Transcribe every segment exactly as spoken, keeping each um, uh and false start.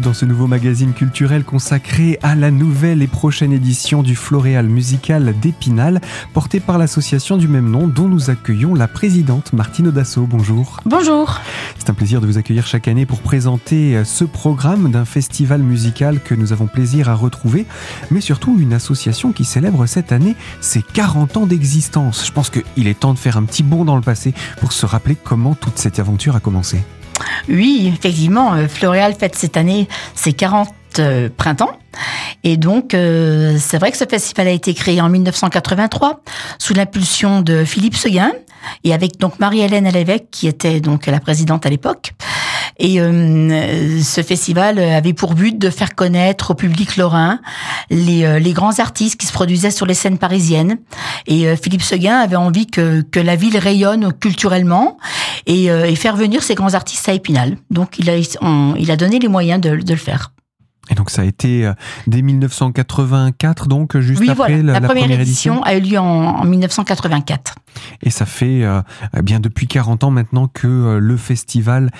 dans ce nouveau magazine culturel consacré à la nouvelle et prochaine édition du Floréal musical d'Épinal, porté par l'association du même nom dont nous accueillons la présidente Martine Audasso. Bonjour. Bonjour. C'est un plaisir de vous accueillir chaque année pour présenter ce programme d'un festival musical que nous avons plaisir à retrouver, mais surtout une association qui célèbre cette année ses quarante ans d'existence. Je pense qu'il est temps de faire un petit bond dans le passé pour se rappeler comment toute cette aventure a commencé. Oui, effectivement, Floréal fête cette année ses quarante euh, printemps. Et donc, euh, c'est vrai que ce festival a été créé en dix-neuf cent quatre-vingt-trois sous l'impulsion de Philippe Seguin et avec donc Marie-Hélène Alévèque qui était donc la présidente à l'époque. Et euh, ce festival avait pour but de faire connaître au public lorrain les, euh, les grands artistes qui se produisaient sur les scènes parisiennes. Et euh, Philippe Seguin avait envie que, que la ville rayonne culturellement et, euh, et faire venir ces grands artistes à Épinal. Donc il a, on, il a donné les moyens de, de le faire. Et donc ça a été euh, dès dix-neuf cent quatre-vingt-quatre, donc juste oui, après voilà. la, la, la première, première édition, édition a eu lieu en, en dix-neuf cent quatre-vingt-quatre. Et ça fait euh, bien depuis quarante ans maintenant que euh, le festival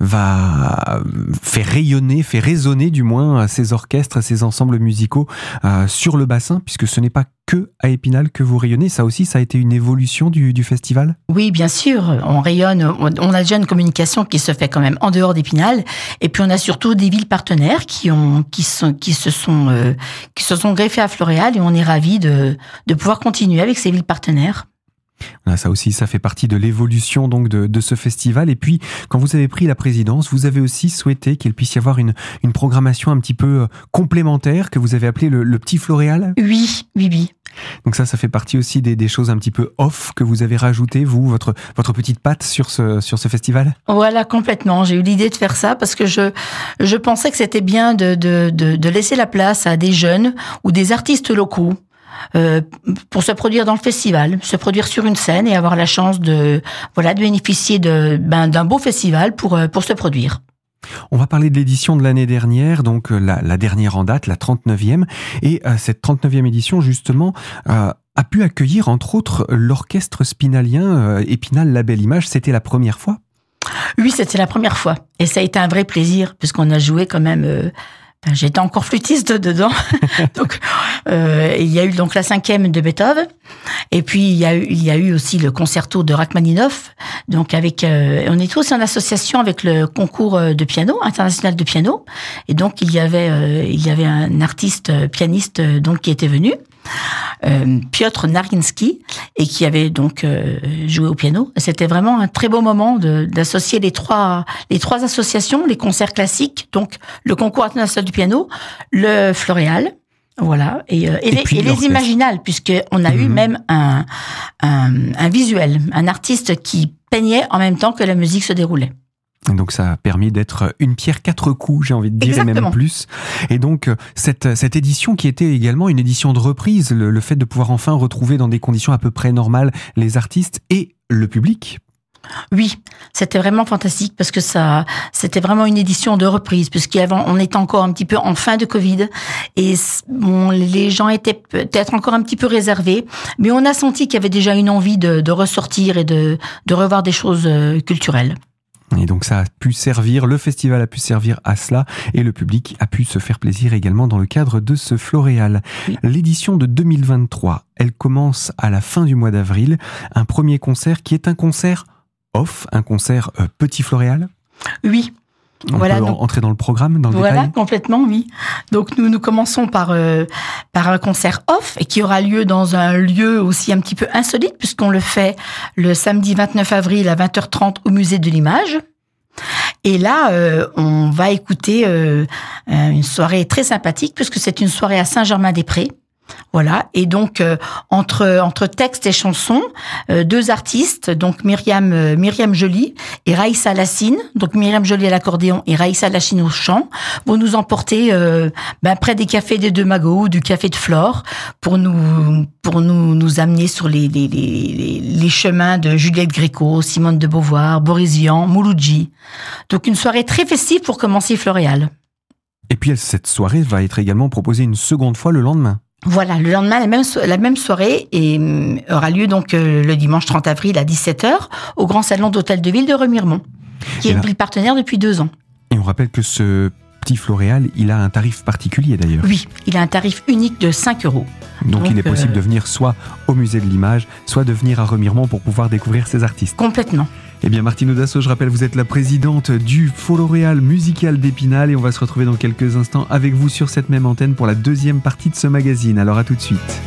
va faire rayonner, fait résonner du moins ces orchestres, ces ensembles musicaux euh, sur le bassin, puisque ce n'est pas que à Épinal que vous rayonnez. Ça aussi, ça a été une évolution du, du festival ? Oui, bien sûr. On rayonne, on a déjà une communication qui se fait quand même en dehors d'Épinal. Et puis on a surtout des villes partenaires qui ont, qui sont, qui se sont, euh, qui se sont greffées à Floréal et on est ravis de, de pouvoir continuer avec ces villes partenaires. Voilà, ça aussi, ça fait partie de l'évolution donc de, de ce festival. Et puis, quand vous avez pris la présidence, vous avez aussi souhaité qu'il puisse y avoir une, une programmation un petit peu complémentaire que vous avez appelée le, le petit Floréal. Oui, oui, oui. Donc ça, ça fait partie aussi des, des choses un petit peu off que vous avez rajoutées, vous, votre, votre petite patte sur ce, sur ce festival. Voilà, complètement. J'ai eu l'idée de faire ça parce que je, je pensais que c'était bien de, de, de, de laisser la place à des jeunes ou des artistes locaux. Euh, pour se produire dans le festival, se produire sur une scène et avoir la chance de, voilà, de bénéficier de, ben, d'un beau festival pour, pour se produire. On va parler de l'édition de l'année dernière, donc la, la dernière en date, la trente-neuvième. Et euh, cette trente-neuvième édition, justement, euh, a pu accueillir, entre autres, l'orchestre spinalien euh, Épinal La Belle Image. C'était la première fois ? Oui, c'était la première fois. Et ça a été un vrai plaisir, puisqu'on a joué quand même... Euh, J'étais encore flûtiste dedans, donc euh, il y a eu donc la cinquième de Beethoven, et puis il y a eu il y a eu aussi le concerto de Rachmaninoff. Donc avec euh, on est tous en association avec le concours de piano international de piano, et donc il y avait euh, il y avait un artiste pianiste donc qui était venu. Euh, Piotr Narinsky et qui avait donc euh, joué au piano. C'était vraiment un très beau moment de, d'associer les trois les trois associations, les concerts classiques, donc le concours international du piano, le Floréal, voilà, et, euh, et, et, les, et les Imaginales, puisque on a mmh. eu même un, un un visuel, un artiste qui peignait en même temps que la musique se déroulait. Donc ça a permis d'être une pierre quatre coups, j'ai envie de dire, Exactement. Et même plus. Et donc cette, cette édition qui était également une édition de reprise, le, le fait de pouvoir enfin retrouver dans des conditions à peu près normales les artistes et le public. Oui, c'était vraiment fantastique parce que ça, c'était vraiment une édition de reprise puisqu'on était encore un petit peu en fin de Covid et bon, les gens étaient peut-être encore un petit peu réservés, mais on a senti qu'il y avait déjà une envie de, de ressortir et de, de revoir des choses culturelles. Et donc ça a pu servir, le festival a pu servir à cela et le public a pu se faire plaisir également dans le cadre de ce Floréal. Oui. L'édition de deux mille vingt-trois, elle commence à la fin du mois d'avril. Un premier concert qui est un concert off, un concert euh, petit Floréal. Oui. On voilà, peut donc, entrer dans le programme, dans le voilà, détail. Complètement, oui. Donc nous nous commençons par euh, par un concert off et qui aura lieu dans un lieu aussi un petit peu insolite puisqu'on le fait le samedi vingt-neuf avril à vingt heures trente au musée de l'Image. Et là, euh, on va écouter euh, une soirée très sympathique puisque c'est une soirée à Saint-Germain-des-Prés. Voilà, et donc euh, entre entre textes et chansons, euh, deux artistes, donc Myriam euh, Myriam Joly et Raïssa Lassine, donc Myriam Joly à l'accordéon et Raïssa Lassine au chant, vont nous emporter euh, ben, près des cafés des Deux Magots, du café de Flore, pour nous pour nous nous amener sur les les les, les chemins de Juliette Gréco, Simone de Beauvoir, Boris Vian, Mouloudji. Donc une soirée très festive pour commencer Floréal. Et puis cette soirée va être également proposée une seconde fois le lendemain. Voilà, le lendemain, la même, so- la même soirée et, euh, aura lieu donc euh, le dimanche trente avril à dix-sept heures au Grand Salon d'Hôtel de Ville de Remiremont, qui et est là... une ville partenaire depuis deux ans. Et on rappelle que ce Petit Floréal, il a un tarif particulier d'ailleurs. Oui, il a un tarif unique de cinq euros. Donc, Donc il est possible euh... de venir soit au musée de l'image, soit de venir à Remiremont pour pouvoir découvrir ces artistes. Complètement. Eh bien, Martine Audasso, je rappelle, vous êtes la présidente du Floréal musical d'Épinal et on va se retrouver dans quelques instants avec vous sur cette même antenne pour la deuxième partie de ce magazine. Alors à tout de suite.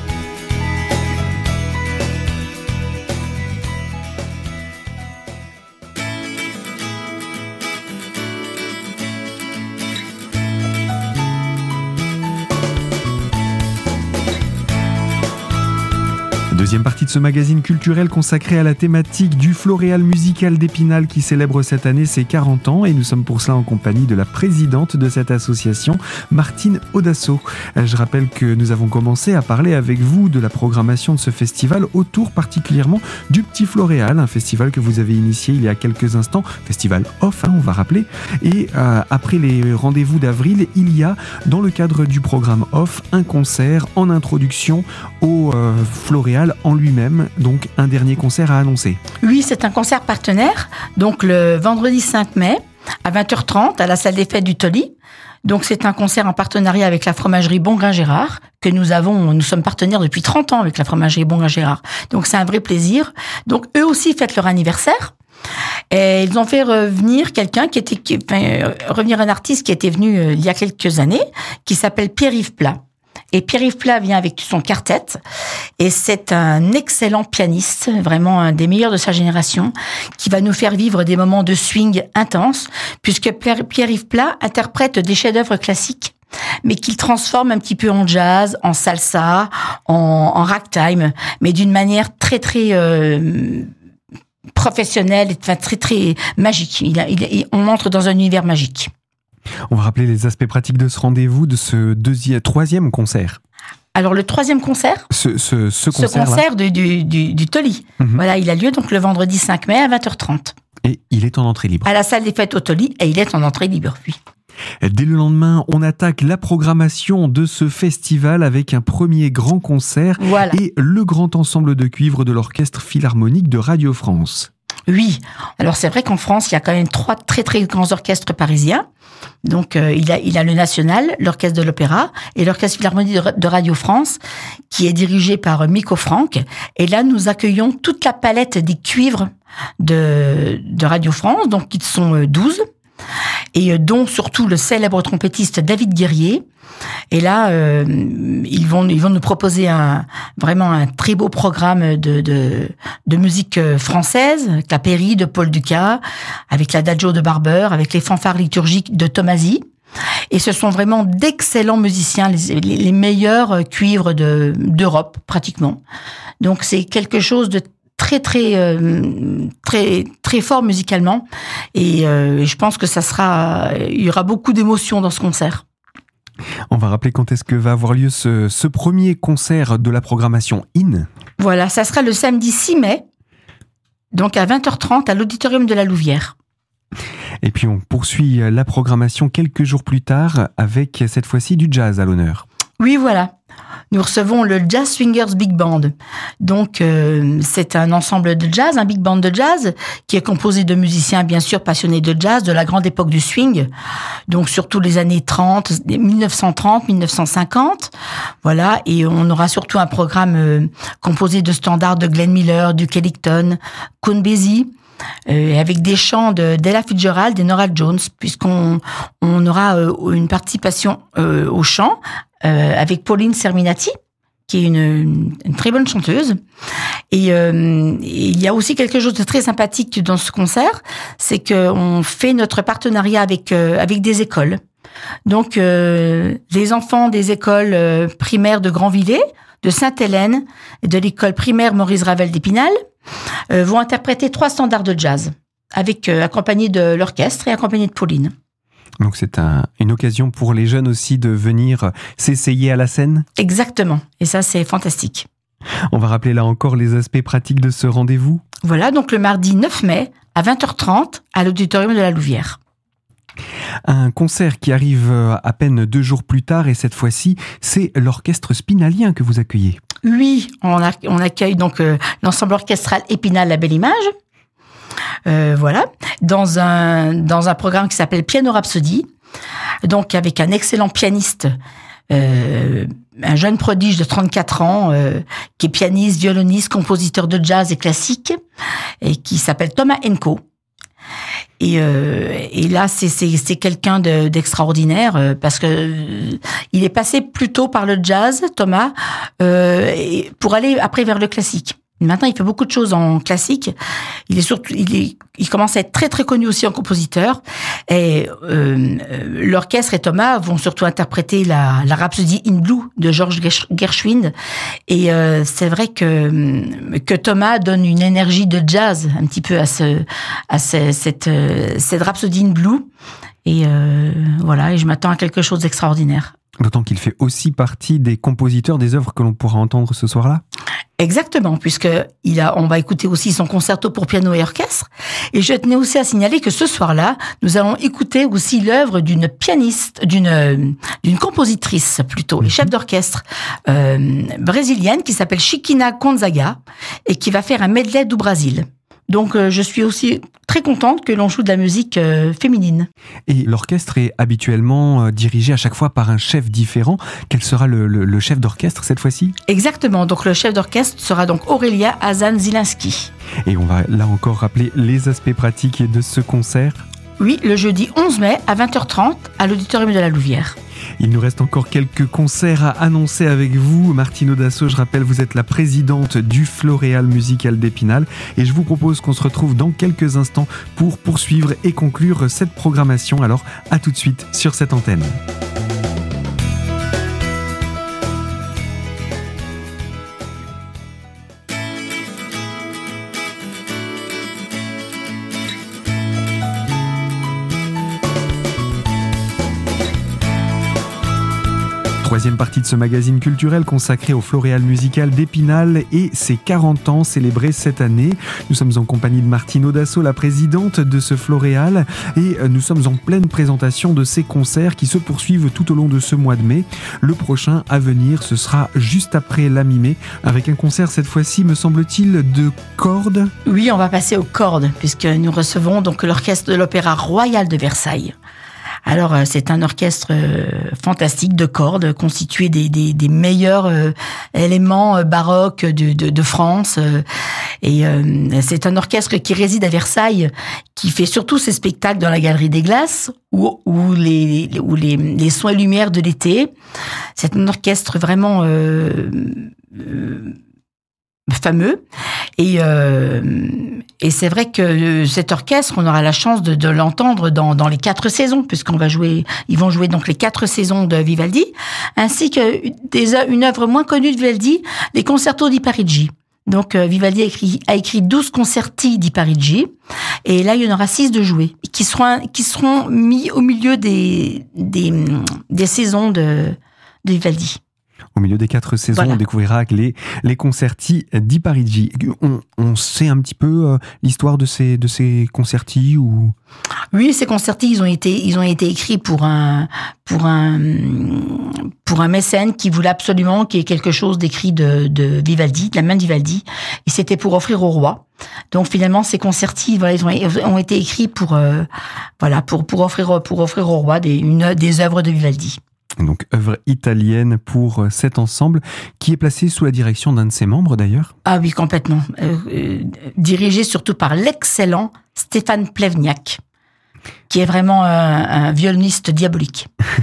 Deuxième partie de ce magazine culturel consacré à la thématique du Floréal musical d'Épinal qui célèbre cette année ses quarante ans et nous sommes pour cela en compagnie de la présidente de cette association, Martine Audasso. Je rappelle que nous avons commencé à parler avec vous de la programmation de ce festival autour particulièrement du Petit Floréal, un festival que vous avez initié il y a quelques instants, festival off, hein, on va rappeler. Et euh, après les rendez-vous d'avril, il y a dans le cadre du programme off un concert en introduction au euh, Floréal en lui-même, donc un dernier concert à annoncer. Oui, c'est un concert partenaire, donc le vendredi cinq mai à vingt heures trente à la salle des fêtes du Tolly. Donc c'est un concert en partenariat avec la fromagerie Bongrain-Gérard, que nous avons, nous sommes partenaires depuis trente ans avec la fromagerie Bongrain-Gérard. Donc c'est un vrai plaisir. Donc eux aussi fêtent leur anniversaire. Et ils ont fait revenir quelqu'un qui était, qui, enfin, revenir un artiste qui était venu euh, il y a quelques années, qui s'appelle Pierre-Yves Plat. Et Pierre-Yves Plat vient avec son quartet et c'est un excellent pianiste, vraiment un des meilleurs de sa génération, qui va nous faire vivre des moments de swing intenses, puisque Pierre-Yves Plat interprète des chefs-d'œuvre classiques, mais qu'il transforme un petit peu en jazz, en salsa, en, en ragtime, mais d'une manière très très euh, professionnelle, enfin très très magique. Il a, il, on entre dans un univers magique. On va rappeler les aspects pratiques de ce rendez-vous, de ce deuxième, troisième concert. Alors le troisième concert, ce, ce, ce concert, ce concert du, du, du, du Tolly, mm-hmm. Voilà, il a lieu donc le vendredi cinq mai à vingt heures trente. Et il est en entrée libre. À la salle des fêtes au Tolly, et il est en entrée libre, oui. Dès le lendemain, on attaque la programmation de ce festival avec un premier grand concert voilà. Et le grand ensemble de cuivre de l'Orchestre Philharmonique de Radio France. Oui, alors c'est vrai qu'en France, il y a quand même trois très très grands orchestres parisiens. Donc euh, il, a, il a le National, l'Orchestre de l'Opéra et l'Orchestre Philharmonique de, de Radio France, qui est dirigé par Miko Franck. Et là, nous accueillons toute la palette des cuivres de, de Radio France, donc ils sont douze, et dont surtout le célèbre trompettiste David Guerrier. Et là, euh, ils vont ils vont nous proposer un vraiment un très beau programme de de, de musique française, avec la Péri de Paul Dukas, avec l'Adagio de Barber, avec les fanfares liturgiques de Tomasi. Et ce sont vraiment d'excellents musiciens, les, les, les meilleurs cuivres de d'Europe pratiquement. Donc c'est quelque chose de très très euh, très très fort musicalement. Et euh, je pense que ça sera, il y aura beaucoup d'émotions dans ce concert. On va rappeler quand est-ce que va avoir lieu ce, ce premier concert de la programmation In. Voilà, ça sera le samedi six mai, donc à vingt heures trente à l'Auditorium de la Louvière. Et puis on poursuit la programmation quelques jours plus tard avec cette fois-ci du jazz à l'honneur. Oui, voilà. Nous recevons le Jazz Swingers Big Band. Donc, euh, c'est un ensemble de jazz, un big band de jazz, qui est composé de musiciens, bien sûr, passionnés de jazz, de la grande époque du swing. Donc, surtout les années trente, mille neuf cent trente, mille neuf cent cinquante. Voilà. Et on aura surtout un programme euh, composé de standards de Glenn Miller, Duke Ellington, Count Basie, Euh, avec des chants de d'Ella Fitzgerald et Nora Jones, puisqu'on on aura euh, une participation euh, au chant euh, avec Pauline Serminati, qui est une, une très bonne chanteuse. Et, euh, et il y a aussi quelque chose de très sympathique dans ce concert, c'est qu'on fait notre partenariat avec euh, avec des écoles. Donc, euh, les enfants des écoles euh, primaires de Grandvillers, de Sainte-Hélène et de l'école primaire Maurice Ravel d'Épinal euh, vont interpréter trois standards de jazz, avec euh, accompagnés de l'orchestre et accompagnés de Pauline. Donc c'est un, une occasion pour les jeunes aussi de venir s'essayer à la scène ? Exactement, et ça c'est fantastique. On va rappeler là encore les aspects pratiques de ce rendez-vous. Voilà, donc le mardi neuf mai à vingt heures trente à l'Auditorium de la Louvière. Un concert qui arrive à peine deux jours plus tard et cette fois-ci, c'est l'orchestre Spinalien que vous accueillez. Oui, on, a, on accueille donc euh, l'ensemble orchestral Épinal La Belle Image. Euh, voilà, dans un dans un programme qui s'appelle Piano Rhapsody. donc avec un excellent pianiste, euh, un jeune prodige de trente-quatre ans, euh, qui est pianiste, violoniste, compositeur de jazz et classique, et qui s'appelle Thomas Enko. Et, euh, et là, c'est, c'est, c'est quelqu'un de, d'extraordinaire euh, parce que euh, il est passé plutôt par le jazz, Thomas, euh, et pour aller après vers le classique. Maintenant, il fait beaucoup de choses en classique. Il est surtout, il, est, il commence à être très très connu aussi en compositeur. Et euh, l'orchestre et Thomas vont surtout interpréter la, la Rhapsody in Blue de George Gershwin. Et euh, c'est vrai que que Thomas donne une énergie de jazz un petit peu à ce à ce, cette cette Rhapsody in Blue. Et euh, voilà. Et je m'attends à quelque chose d'extraordinaire. D'autant qu'il fait aussi partie des compositeurs des œuvres que l'on pourra entendre ce soir-là. Exactement, puisque il a, on va écouter aussi son concerto pour piano et orchestre. Et je tenais aussi à signaler que ce soir-là, nous allons écouter aussi l'œuvre d'une pianiste, d'une d'une compositrice plutôt, et chef d'orchestre euh, brésilienne qui s'appelle Chiquinha Gonzaga et qui va faire un medley do Brasil. Donc, euh, je suis aussi très contente que l'on joue de la musique euh, féminine. Et l'orchestre est habituellement euh, dirigé à chaque fois par un chef différent. Quel sera le, le, le chef d'orchestre cette fois-ci ? Exactement. Donc, le chef d'orchestre sera donc Aurelia Hazan-Zilinski. Et on va là encore rappeler les aspects pratiques de ce concert. Oui, le jeudi onze mai à vingt heures trente à l'Auditorium de la Louvière. Il nous reste encore quelques concerts à annoncer avec vous. Martine Odasso, je rappelle, vous êtes la présidente du Floréal Musical d'Épinal et je vous propose qu'on se retrouve dans quelques instants pour poursuivre et conclure cette programmation. Alors, à tout de suite sur cette antenne. Troisième partie de ce magazine culturel consacré au Floréal Musical d'Épinal et ses quarante ans célébrés cette année. Nous sommes en compagnie de Martine Odasso, la présidente de ce Floréal, et nous sommes en pleine présentation de ces concerts qui se poursuivent tout au long de ce mois de mai. Le prochain à venir, ce sera juste après la mi-mai, avec un concert cette fois-ci, me semble-t-il, de cordes. Oui, on va passer aux cordes, puisque nous recevons donc l'orchestre de l'Opéra Royal de Versailles. Alors, c'est un orchestre euh, fantastique de cordes, constitué des, des, des meilleurs euh, éléments euh, baroques de, de, de France. Euh, et euh, c'est un orchestre qui réside à Versailles, qui fait surtout ses spectacles dans la Galerie des Glaces, ou, ou, les, ou les, les sons et lumières de l'été. C'est un orchestre vraiment euh, euh, fameux. Et, euh, et c'est vrai que cet orchestre, on aura la chance de, de l'entendre dans, dans les quatre saisons, puisqu'on va jouer, ils vont jouer donc les quatre saisons de Vivaldi, ainsi que des, une œuvre moins connue de Vivaldi, les concertos di Parigi. Donc euh, Vivaldi a écrit, a écrit douze concerti di Parigi, et là il y en aura six de joués, qui seront, qui seront mis au milieu des, des, des saisons de, de Vivaldi. Au milieu des quatre saisons, voilà. On découvrira les, les concerti di Parigi. On, on sait un petit peu euh, l'histoire de ces, de ces concerti ou... Oui, ces concerti, ils ont été, ils ont été écrits pour un, pour un, pour un mécène qui voulait absolument qu'il y ait quelque chose d'écrit de, de Vivaldi, de la main de Vivaldi. Et c'était pour offrir au roi. Donc finalement, ces concerti, voilà, ils ont, ont été écrits pour, euh, voilà, pour, pour offrir, pour offrir au roi des, une, des œuvres de Vivaldi. Donc, œuvre italienne pour cet ensemble, qui est placé sous la direction d'un de ses membres d'ailleurs. Ah oui, complètement. Euh, euh, dirigé surtout par l'excellent Stéphane Plevniak, qui est vraiment un, un violoniste diabolique.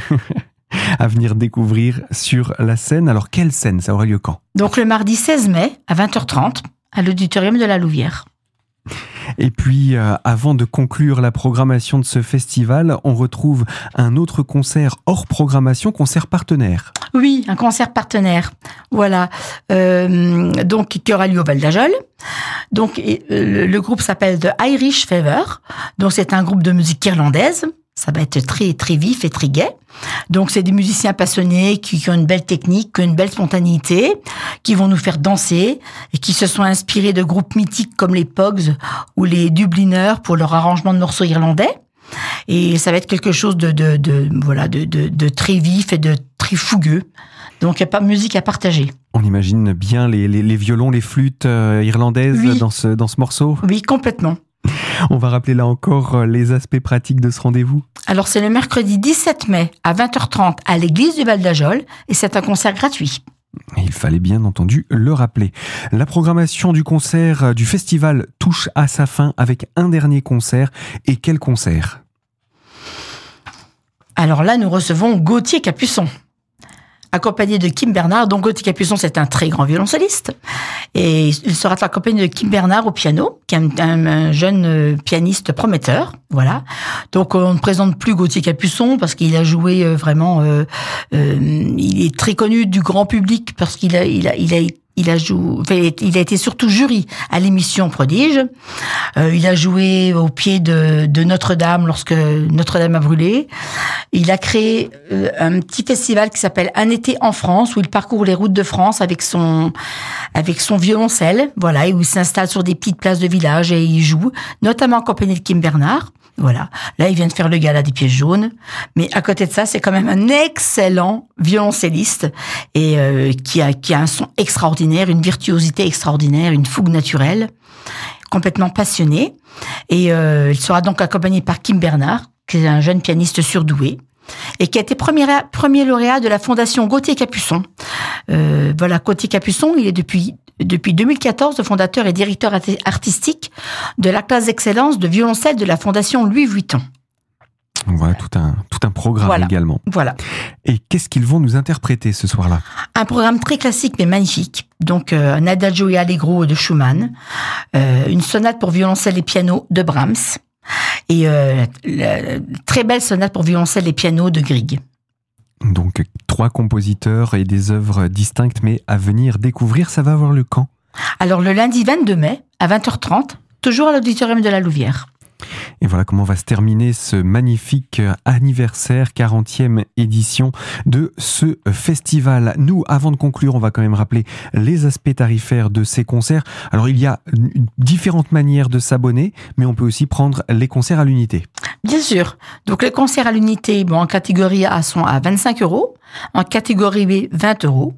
À venir découvrir sur la scène. Alors, quelle scène ? Ça aura lieu quand ? Donc, le mardi seize mai, à vingt heures trente, à l'Auditorium de la Louvière. Et puis, euh, avant de conclure la programmation de ce festival, on retrouve un autre concert hors programmation, concert partenaire. Oui, un concert partenaire. Voilà. Euh, donc, qui aura lieu au Val d'Ajol. Donc, et, le, le groupe s'appelle The Irish Fever. Donc, c'est un groupe de musique irlandaise. Ça va être très, très vif et très gai. Donc, c'est des musiciens passionnés qui, qui ont une belle technique, qui ont une belle spontanéité, qui vont nous faire danser et qui se sont inspirés de groupes mythiques comme les Pogues ou les Dubliners pour leur arrangement de morceaux irlandais. Et ça va être quelque chose de, de, de, voilà, de, de, de très vif et de très fougueux. Donc, il n'y a pas de musique à partager. On imagine bien les, les, les violons, les flûtes euh, irlandaises oui. dans, ce, dans ce morceau ? Oui, complètement. On va rappeler là encore les aspects pratiques de ce rendez-vous. Alors, c'est le mercredi dix-sept mai à vingt heures trente à l'église du Val d'Ajol et c'est un concert gratuit. Il fallait bien entendu le rappeler. La programmation du concert du festival touche à sa fin avec un dernier concert. Et quel concert ? Alors là, nous recevons Gauthier Capuçon, accompagné de Kim Bernard. Donc Gauthier Capuçon, c'est un très grand violoncelliste. Et il sera accompagné de Kim Bernard au piano, qui est un, un, un jeune pianiste prometteur. Voilà. Donc on ne présente plus Gauthier Capuçon parce qu'il a joué vraiment... Euh, euh, il est très connu du grand public parce qu'il a, il a, il a Il a joué, enfin, il a été surtout jury à l'émission Prodige. Euh, il a joué au pied de, de Notre-Dame lorsque Notre-Dame a brûlé. Il a créé euh, un petit festival qui s'appelle Un été en France, où il parcourt les routes de France avec son avec son violoncelle, voilà, et où il s'installe sur des petites places de village et il joue, notamment accompagné de Kim Bernard. Voilà. Là, il vient de faire le gala des Pièces jaunes. Mais à côté de ça, c'est quand même un excellent violoncelliste et euh, qui a qui a un son extraordinaire, une virtuosité extraordinaire, une fougue naturelle, complètement passionné. Et euh, il sera donc accompagné par Kim Bernard, qui est un jeune pianiste surdoué et qui a été premier, premier lauréat de la Fondation Gauthier Capuçon. Euh, voilà, Gauthier Capuçon, il est depuis Depuis deux mille quatorze, le fondateur et directeur artistique de la classe d'excellence de violoncelle de la Fondation Louis Vuitton. Voilà, tout un, tout un programme voilà. également. Voilà. Et qu'est-ce qu'ils vont nous interpréter ce soir-là ? Un programme très classique mais magnifique. Donc, euh, un Adagio et Allegro de Schumann, euh, une sonate pour violoncelle et piano de Brahms, et euh, la très belle sonate pour violoncelle et piano de Grieg. Donc, trois compositeurs et des œuvres distinctes, mais à venir découvrir. Ça va avoir lieu quand ? Alors, le lundi vingt-deux mai, à vingt heures trente, toujours à l'auditorium de la Louvière. Et voilà comment va se terminer ce magnifique anniversaire, quarantième édition de ce festival. Nous, avant de conclure, on va quand même rappeler les aspects tarifaires de ces concerts. Alors, il y a différentes manières de s'abonner, mais on peut aussi prendre les concerts à l'unité. Bien sûr. Donc, les concerts à l'unité, bon, en catégorie A sont à vingt-cinq euros, en catégorie B, vingt euros.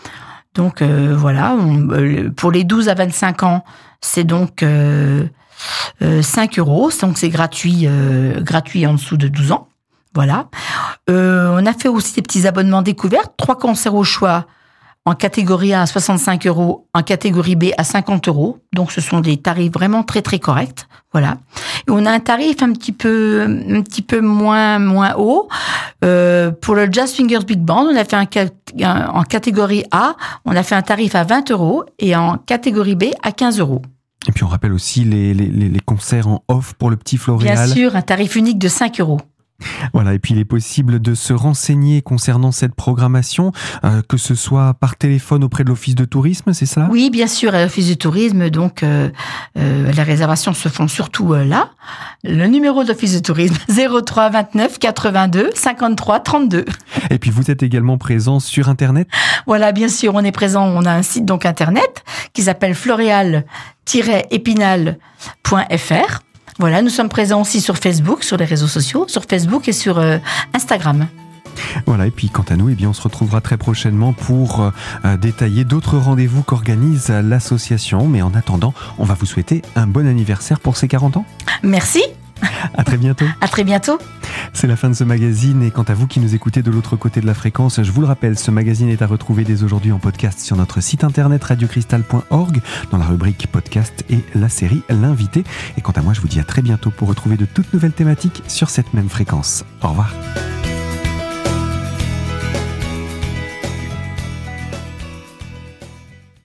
Donc, euh, voilà. On, euh, pour les douze à vingt-cinq ans, c'est donc... Euh, Euh, cinq euros, donc c'est gratuit, euh, gratuit en dessous de douze ans. Voilà. Euh, on a fait aussi des petits abonnements découvertes, trois concerts au choix en catégorie A à soixante-cinq euros, en catégorie B à cinquante euros. Donc ce sont des tarifs vraiment très très corrects. Voilà. Et on a un tarif un petit peu, un petit peu moins moins haut euh, pour le Jazz Fingers Big Band. On a fait un, un en catégorie A, on a fait un tarif à vingt euros et en catégorie B à quinze euros. Et puis on rappelle aussi les, les, les concerts en off pour le petit Floréal. Bien sûr, un tarif unique de cinq euros. Voilà, et puis il est possible de se renseigner concernant cette programmation, euh, que ce soit par téléphone auprès de l'Office de tourisme, c'est ça ? Oui, bien sûr, à l'Office de tourisme, donc euh, euh, les réservations se font surtout euh, là. Le numéro de l'Office de tourisme, zéro trois vingt-neuf quatre-vingt-deux cinquante-trois trente-deux. Et puis vous êtes également présent sur Internet ? Voilà, bien sûr, on est présent, on a un site donc Internet qui s'appelle floréal tiret épinal point f r. Voilà, nous sommes présents aussi sur Facebook, sur les réseaux sociaux, sur Facebook et sur euh, Instagram. Voilà, et puis quant à nous, eh bien, on se retrouvera très prochainement pour euh, détailler d'autres rendez-vous qu'organise l'association. Mais en attendant, on va vous souhaiter un bon anniversaire pour ces quarante ans. Merci. À très bientôt. À très bientôt. C'est la fin de ce magazine et quant à vous qui nous écoutez de l'autre côté de la fréquence, je vous le rappelle, ce magazine est à retrouver dès aujourd'hui en podcast sur notre site internet radio cristal point org dans la rubrique podcast et la série L'invité. Et quant à moi, je vous dis à très bientôt pour retrouver de toutes nouvelles thématiques sur cette même fréquence. Au revoir.